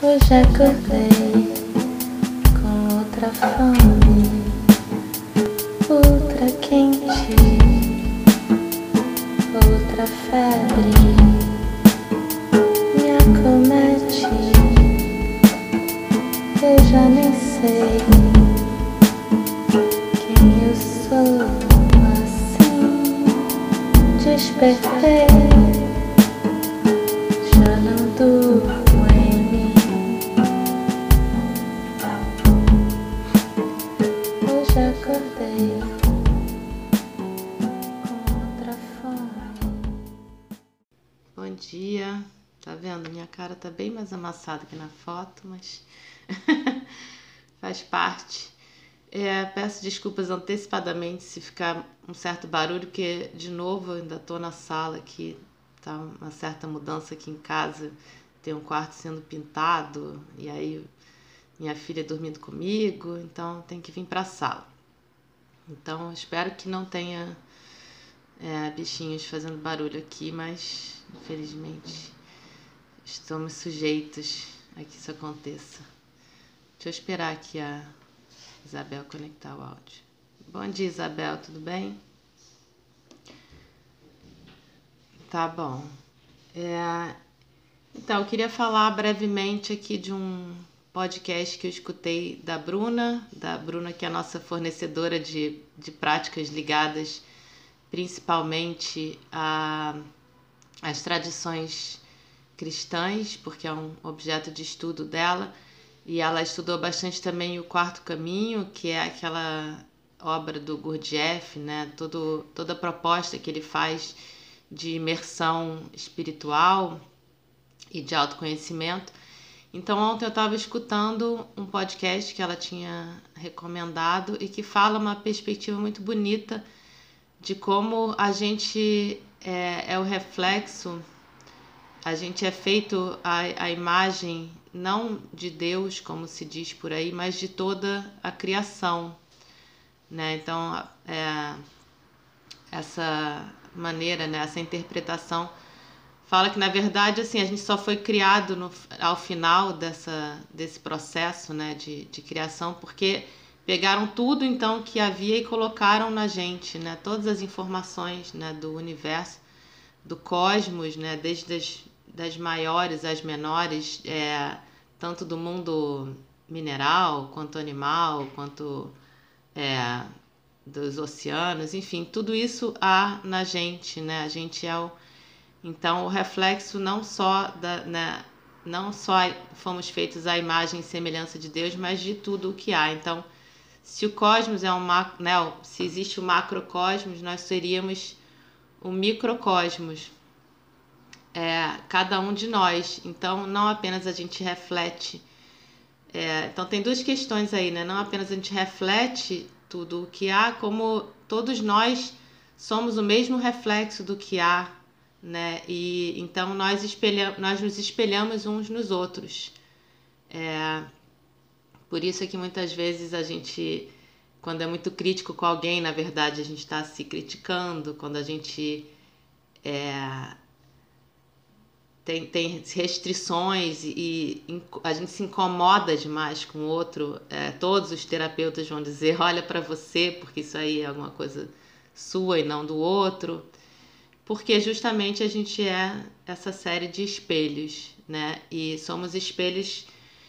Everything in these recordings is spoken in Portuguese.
Hoje acordei com outra fome, outra quente, outra febre me acomete. Eu já nem sei quem eu sou assim. Despertei, já não durmo em mim. Hoje acordei com outra fome. Bom dia, tá vendo? Minha cara tá bem mais amassada que na foto, mas faz parte. Peço desculpas antecipadamente se ficar um certo barulho, porque de novo eu ainda tô na sala aqui, tá uma certa mudança aqui em casa, tem um quarto sendo pintado e aí minha filha dormindo comigo, então tem que vir pra sala. Então espero que não tenha bichinhos fazendo barulho aqui, mas infelizmente estamos sujeitos a que isso aconteça. Deixa eu esperar aqui a Isabel conectar o áudio. Bom dia, Isabel, tudo bem? Tá bom. Então, eu queria falar brevemente aqui de um podcast que eu escutei da Bruna que é a nossa fornecedora de práticas ligadas principalmente às tradições cristãs, porque é um objeto de estudo dela, e ela estudou bastante também o Quarto Caminho, que é aquela obra do Gurdjieff, né? Toda a proposta que ele faz de imersão espiritual e de autoconhecimento. Então ontem eu estava escutando um podcast que ela tinha recomendado e que fala uma perspectiva muito bonita de como a gente é o reflexo, a gente é feito a imagem não de Deus, como se diz por aí, mas de toda a criação, né? Então, essa maneira, né, essa interpretação fala que, na verdade, assim, a gente só foi criado ao final desse processo, né, de criação, porque pegaram tudo, então, que havia e colocaram na gente, né, todas as informações, né, do universo, do cosmos, né, desde das maiores às menores, tanto do mundo mineral, quanto animal, quanto dos oceanos, enfim, tudo isso há na gente, né? A gente então o reflexo não só não só fomos feitos à imagem e semelhança de Deus, mas de tudo o que há. Então, se o cosmos se existe o macrocosmos, nós seríamos o microcosmos, cada um de nós. Então, não apenas a gente reflete. Então, tem duas questões aí, né? Não apenas a gente reflete tudo o que há, como todos nós somos o mesmo reflexo do que há, né? E então nós nos espelhamos uns nos outros. Por isso é que muitas vezes a gente, quando é muito crítico com alguém, na verdade a gente está se criticando. Quando a gente tem restrições e a gente se incomoda demais com o outro, todos os terapeutas vão dizer, olha para você, porque isso aí é alguma coisa sua e não do outro, porque justamente a gente é essa série de espelhos, né? E somos espelhos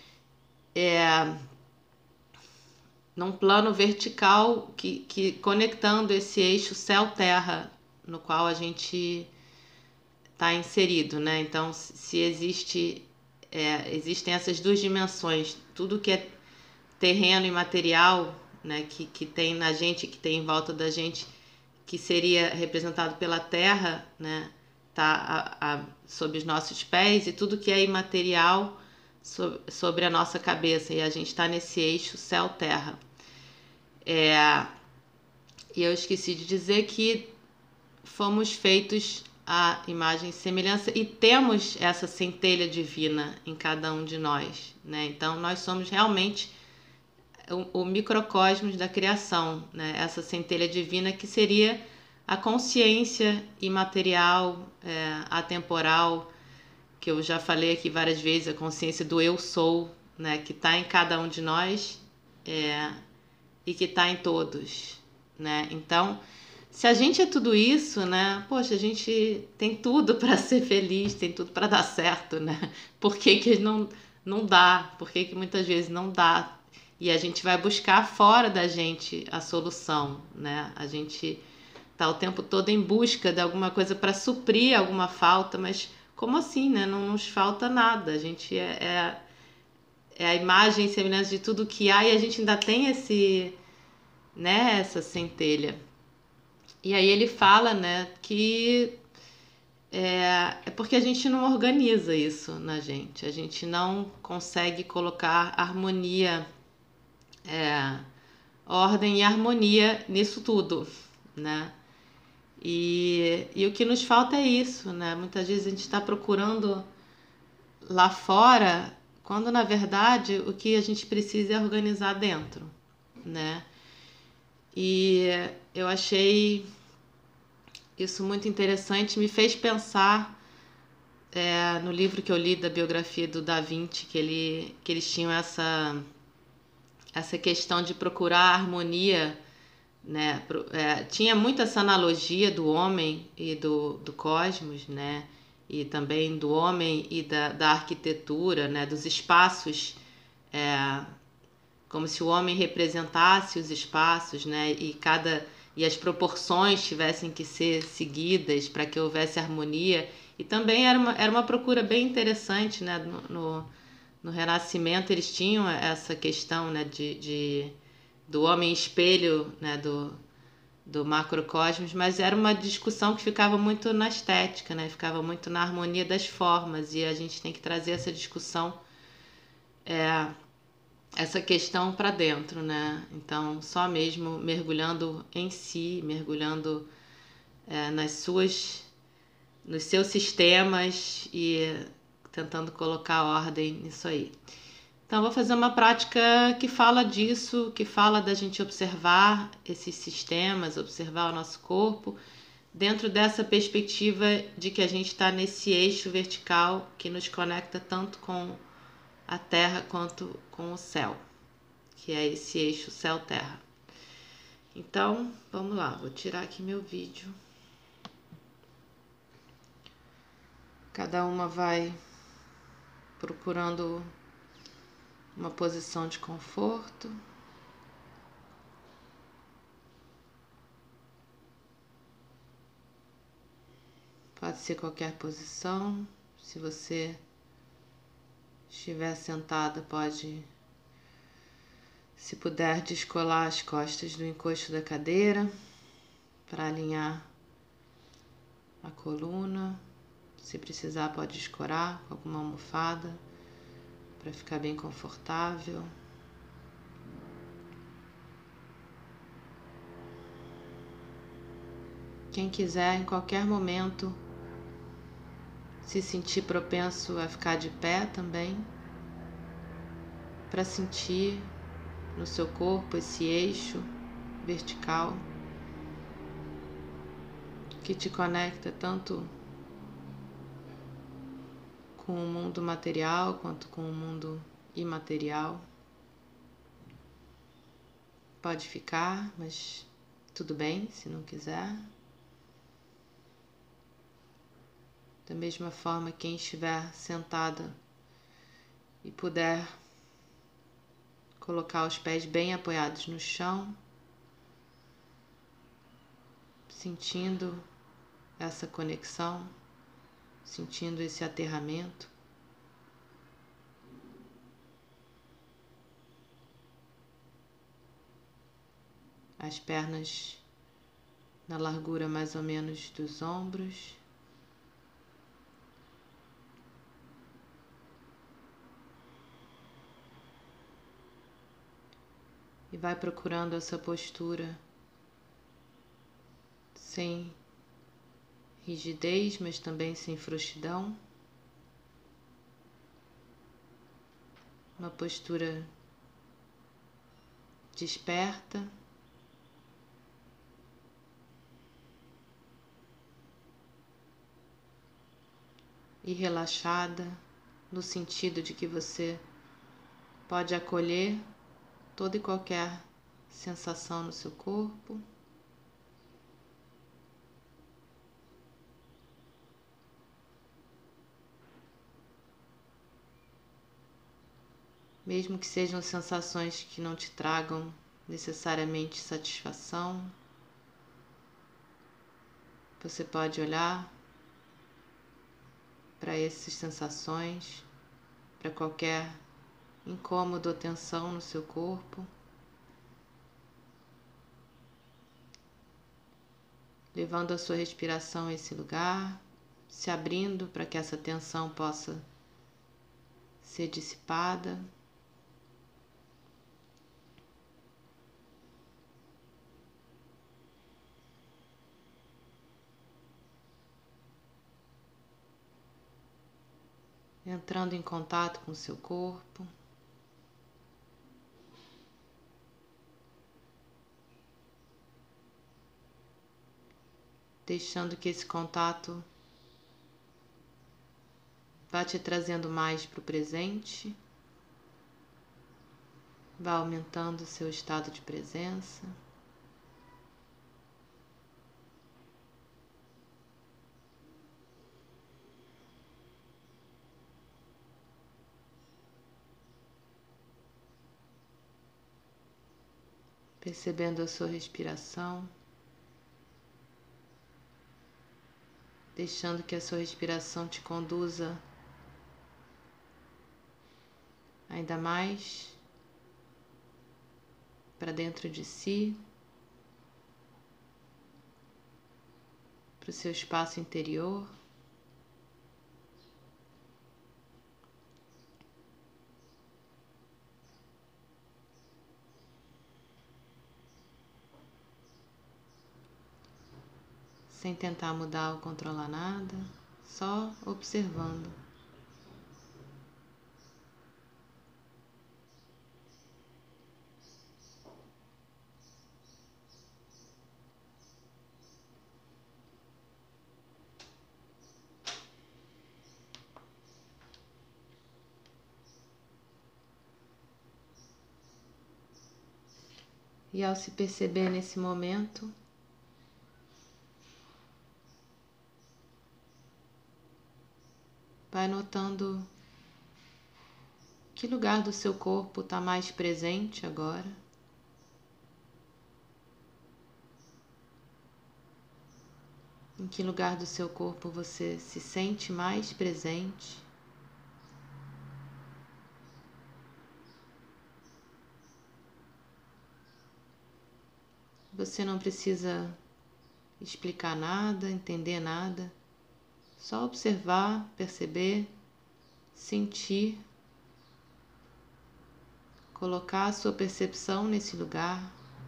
num plano vertical que conectando esse eixo céu-terra no qual a gente está inserido, né? Então, se existem essas duas dimensões, tudo que é terreno e material, né, que tem na gente, que tem em volta da gente, que seria representado pela terra, né, tá sob os nossos pés, e tudo que é imaterial sobre a nossa cabeça, e a gente está nesse eixo céu-terra. E eu esqueci de dizer que fomos feitos à imagem e semelhança e temos essa centelha divina em cada um de nós, né? Então nós somos realmente o microcosmos da criação, né? Essa centelha divina que seria a consciência imaterial, atemporal, que eu já falei aqui várias vezes, a consciência do eu sou, né, que está em cada um de nós, e que está em todos, né? Então, se a gente é tudo isso, né? Poxa, a gente tem tudo para ser feliz, tem tudo para dar certo, né? Por que que não dá? Por que que muitas vezes não dá? E a gente vai buscar fora da gente a solução, né? A gente tá o tempo todo em busca de alguma coisa para suprir alguma falta, mas como assim, né? Não nos falta nada. A gente é a imagem e semelhança de tudo que há e a gente ainda tem né, essa centelha. E aí ele fala, né, que é porque a gente não organiza isso na gente, a gente não consegue colocar harmonia, ordem e harmonia nisso tudo, né? E o que nos falta é isso, né? Muitas vezes a gente está procurando lá fora, quando na verdade o que a gente precisa é organizar dentro, né? E eu achei isso muito interessante, me fez pensar no livro que eu li da biografia do Da Vinci, que eles tinham essa questão de procurar a harmonia, né? Tinha muito essa analogia do homem e do cosmos, né? E também do homem e da arquitetura, né? Dos espaços, como se o homem representasse os espaços, né? E as proporções tivessem que ser seguidas para que houvesse harmonia. E também era uma procura bem interessante, né? No Renascimento eles tinham essa questão, né? Do homem espelho, né? Do macrocosmos, mas era uma discussão que ficava muito na estética, né? Ficava muito na harmonia das formas, e a gente tem que trazer essa discussão, essa questão para dentro, né? Então, só mesmo mergulhando em si, mergulhando nos seus sistemas e tentando colocar ordem nisso aí. Então, vou fazer uma prática que fala disso, que fala da gente observar esses sistemas, observar o nosso corpo, dentro dessa perspectiva de que a gente está nesse eixo vertical que nos conecta tanto com a Terra quanto com o céu, que é esse eixo céu-terra. Então, vamos lá, vou tirar aqui meu vídeo. Cada uma vai procurando uma posição de conforto. Pode ser qualquer posição. Se você estiver sentada, pode, se puder, descolar as costas do encosto da cadeira para alinhar a coluna. Se precisar, pode escorar com alguma almofada para ficar bem confortável. Quem quiser, em qualquer momento, se sentir propenso a ficar de pé também, para sentir no seu corpo esse eixo vertical que te conecta tanto com o mundo material quanto com o mundo imaterial. Pode ficar, mas tudo bem se não quiser. Da mesma forma, quem estiver sentada e puder colocar os pés bem apoiados no chão, sentindo essa conexão, sentindo esse aterramento. As pernas na largura mais ou menos dos ombros. E vai procurando essa postura sem rigidez, mas também sem frouxidão. Uma postura desperta. e relaxada, no sentido de que você pode acolher toda e qualquer sensação no seu corpo. Mesmo que sejam sensações que não te tragam necessariamente satisfação, você pode olhar para essas sensações, para qualquer incômodo ou tensão no seu corpo, levando a sua respiração a esse lugar, se abrindo para que essa tensão possa ser dissipada. Entrando em contato com o seu corpo. Deixando que esse contato vá te trazendo mais para o presente, vá aumentando o seu estado de presença. Percebendo a sua respiração, deixando que a sua respiração te conduza ainda mais para dentro de si, para o seu espaço interior. Sem tentar mudar ou controlar nada, só observando. E ao se perceber nesse momento, vai notando que lugar do seu corpo está mais presente agora. Em que lugar do seu corpo você se sente mais presente? Você não precisa explicar nada, entender nada. Só observar, perceber, sentir, colocar a sua percepção nesse lugar.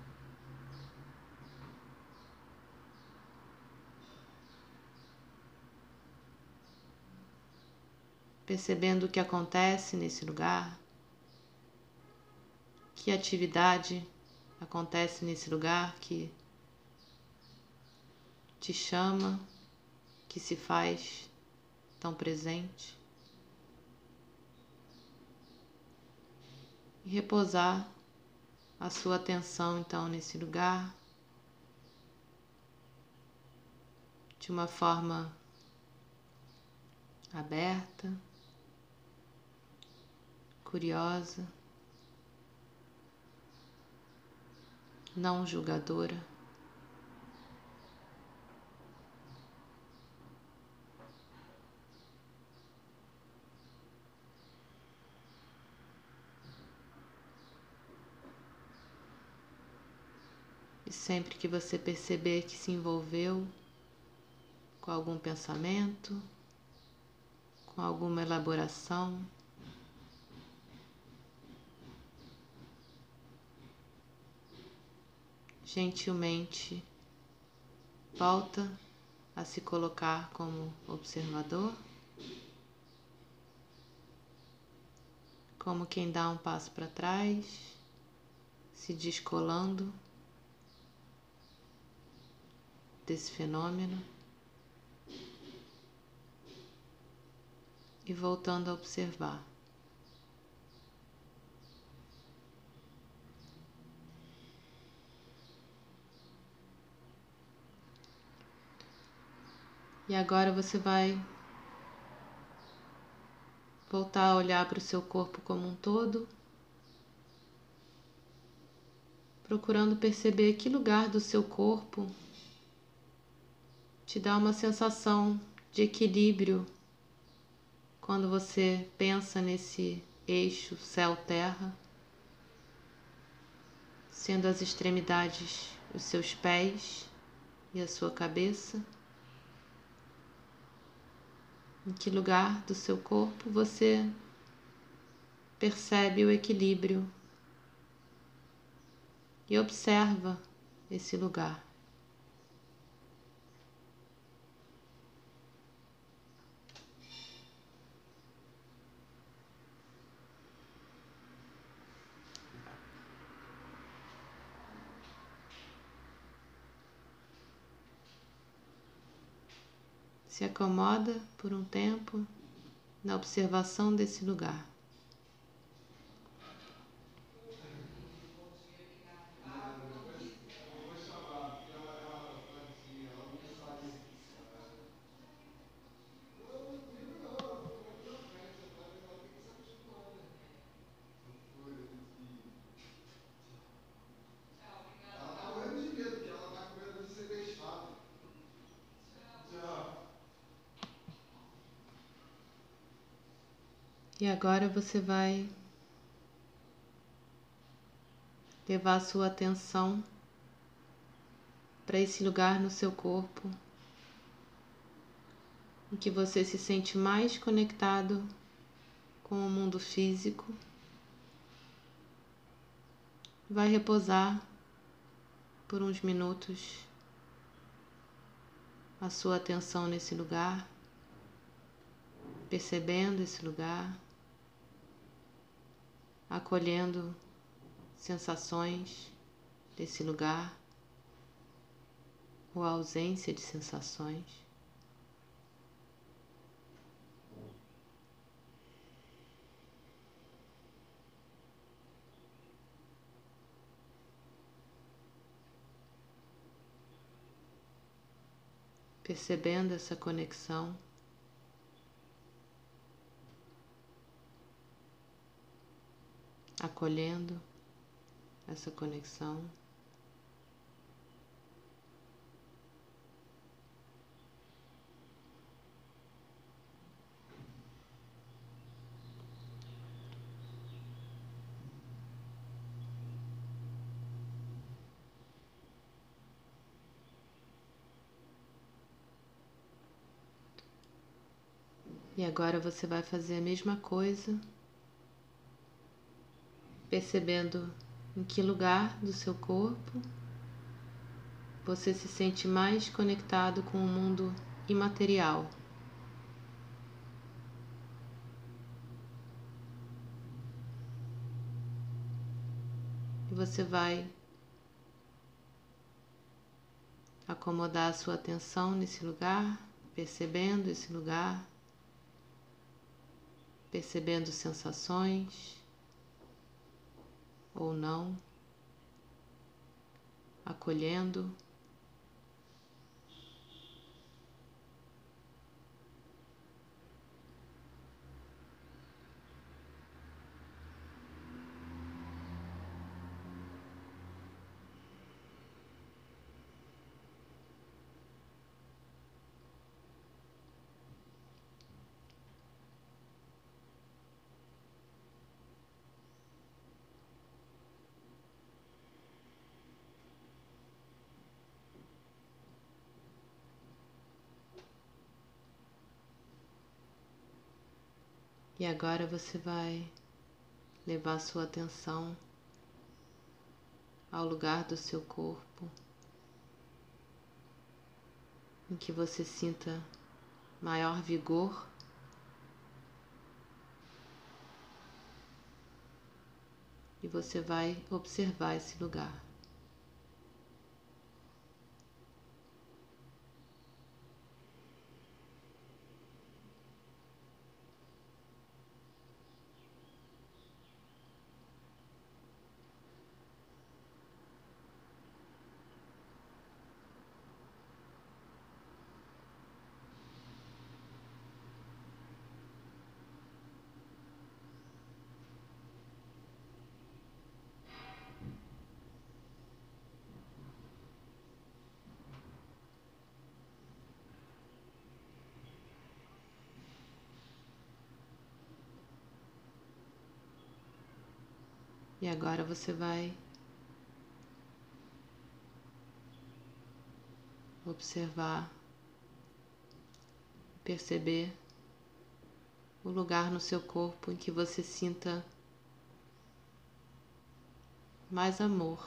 Percebendo o que acontece nesse lugar, que atividade acontece nesse lugar que te chama, que se faz tão presente. E repousar a sua atenção então nesse lugar de uma forma aberta, curiosa, não julgadora. E sempre que você perceber que se envolveu com algum pensamento, com alguma elaboração, gentilmente volta a se colocar como observador, como quem dá um passo para trás, se descolando desse fenômeno. e voltando a observar. E agora você vai voltar a olhar para o seu corpo como um todo, procurando perceber que lugar do seu corpo te dá uma sensação de equilíbrio quando você pensa nesse eixo céu-terra, sendo as extremidades os seus pés e a sua cabeça. Em que lugar do seu corpo você percebe o equilíbrio e observa esse lugar. Se acomoda por um tempo na observação desse lugar. E agora você vai levar a sua atenção para esse lugar no seu corpo em que você se sente mais conectado com o mundo físico. Vai repousar por uns minutos a sua atenção nesse lugar, percebendo esse lugar, acolhendo sensações desse lugar ou a ausência de sensações. Percebendo essa conexão, acolhendo essa conexão. E agora você vai fazer a mesma coisa, percebendo em que lugar do seu corpo você se sente mais conectado com o mundo imaterial. E você vai acomodar a sua atenção nesse lugar, percebendo esse lugar, percebendo sensações ou não, acolhendo. E agora você vai levar sua atenção ao lugar do seu corpo em que você sinta maior vigor e você vai observar esse lugar. E agora você vai observar, perceber o lugar no seu corpo em que você sinta mais amor.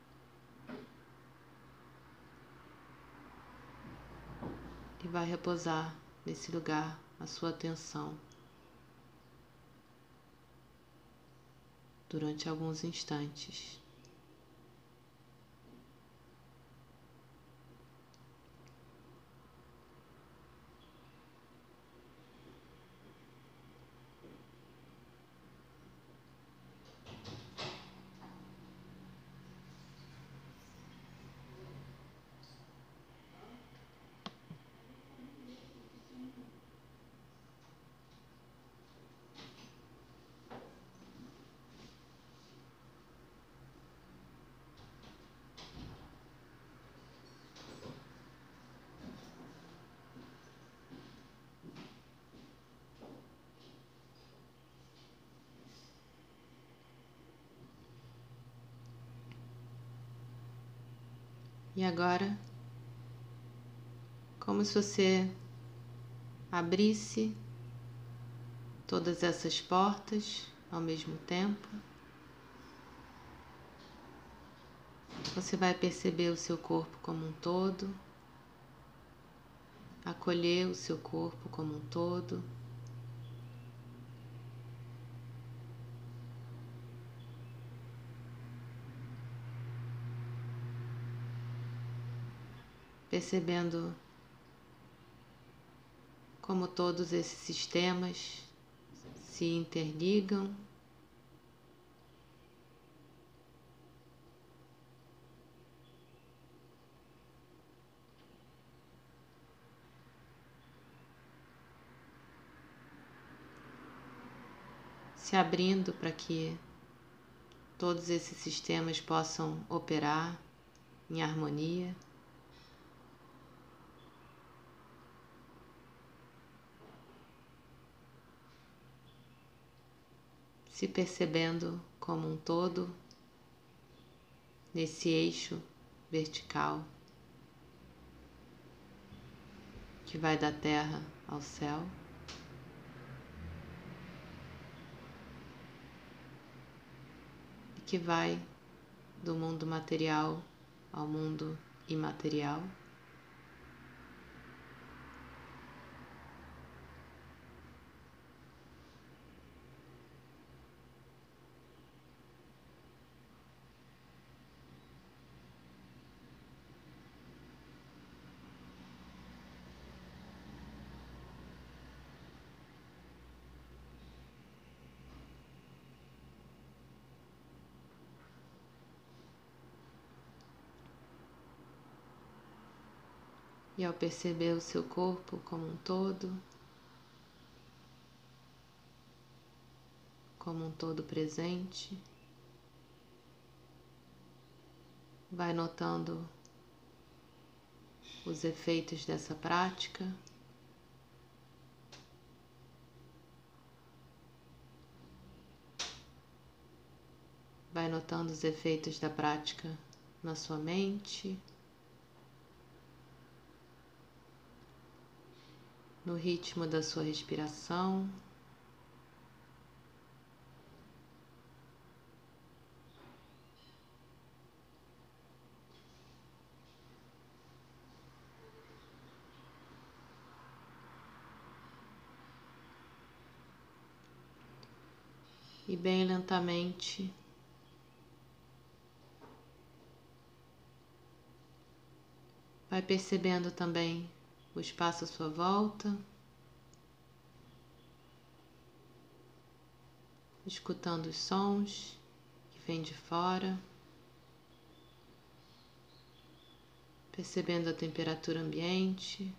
E vai repousar nesse lugar a sua atenção durante alguns instantes. E agora, como se você abrisse todas essas portas ao mesmo tempo, você vai perceber o seu corpo como um todo, acolher o seu corpo como um todo, percebendo como todos esses sistemas se interligam, se abrindo para que todos esses sistemas possam operar em harmonia. Se percebendo como um todo nesse eixo vertical que vai da terra ao céu. E que vai do mundo material ao mundo imaterial. E ao perceber o seu corpo como um todo presente, vai notando os efeitos dessa prática, vai notando os efeitos da prática na sua mente, no ritmo da sua respiração. E bem lentamente vai percebendo também o espaço à sua volta, escutando os sons que vêm de fora, percebendo a temperatura ambiente,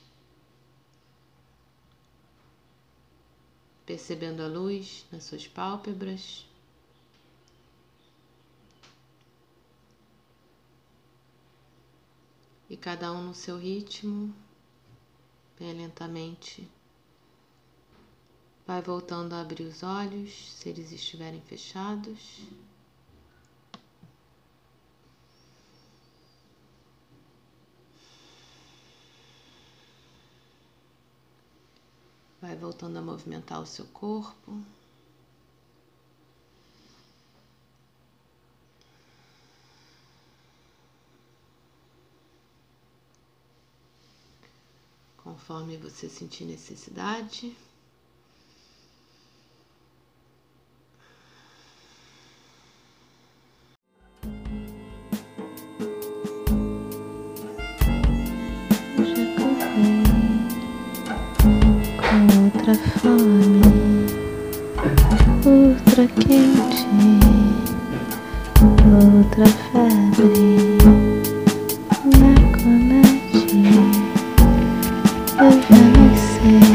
percebendo a luz nas suas pálpebras. E cada um no seu ritmo, bem lentamente, vai voltando a abrir os olhos, se eles estiverem fechados. Vai voltando a movimentar o seu corpo. Conforme você sentir necessidade. Outra fome, outra quente, outra febre, me acomete, eu já nem sei.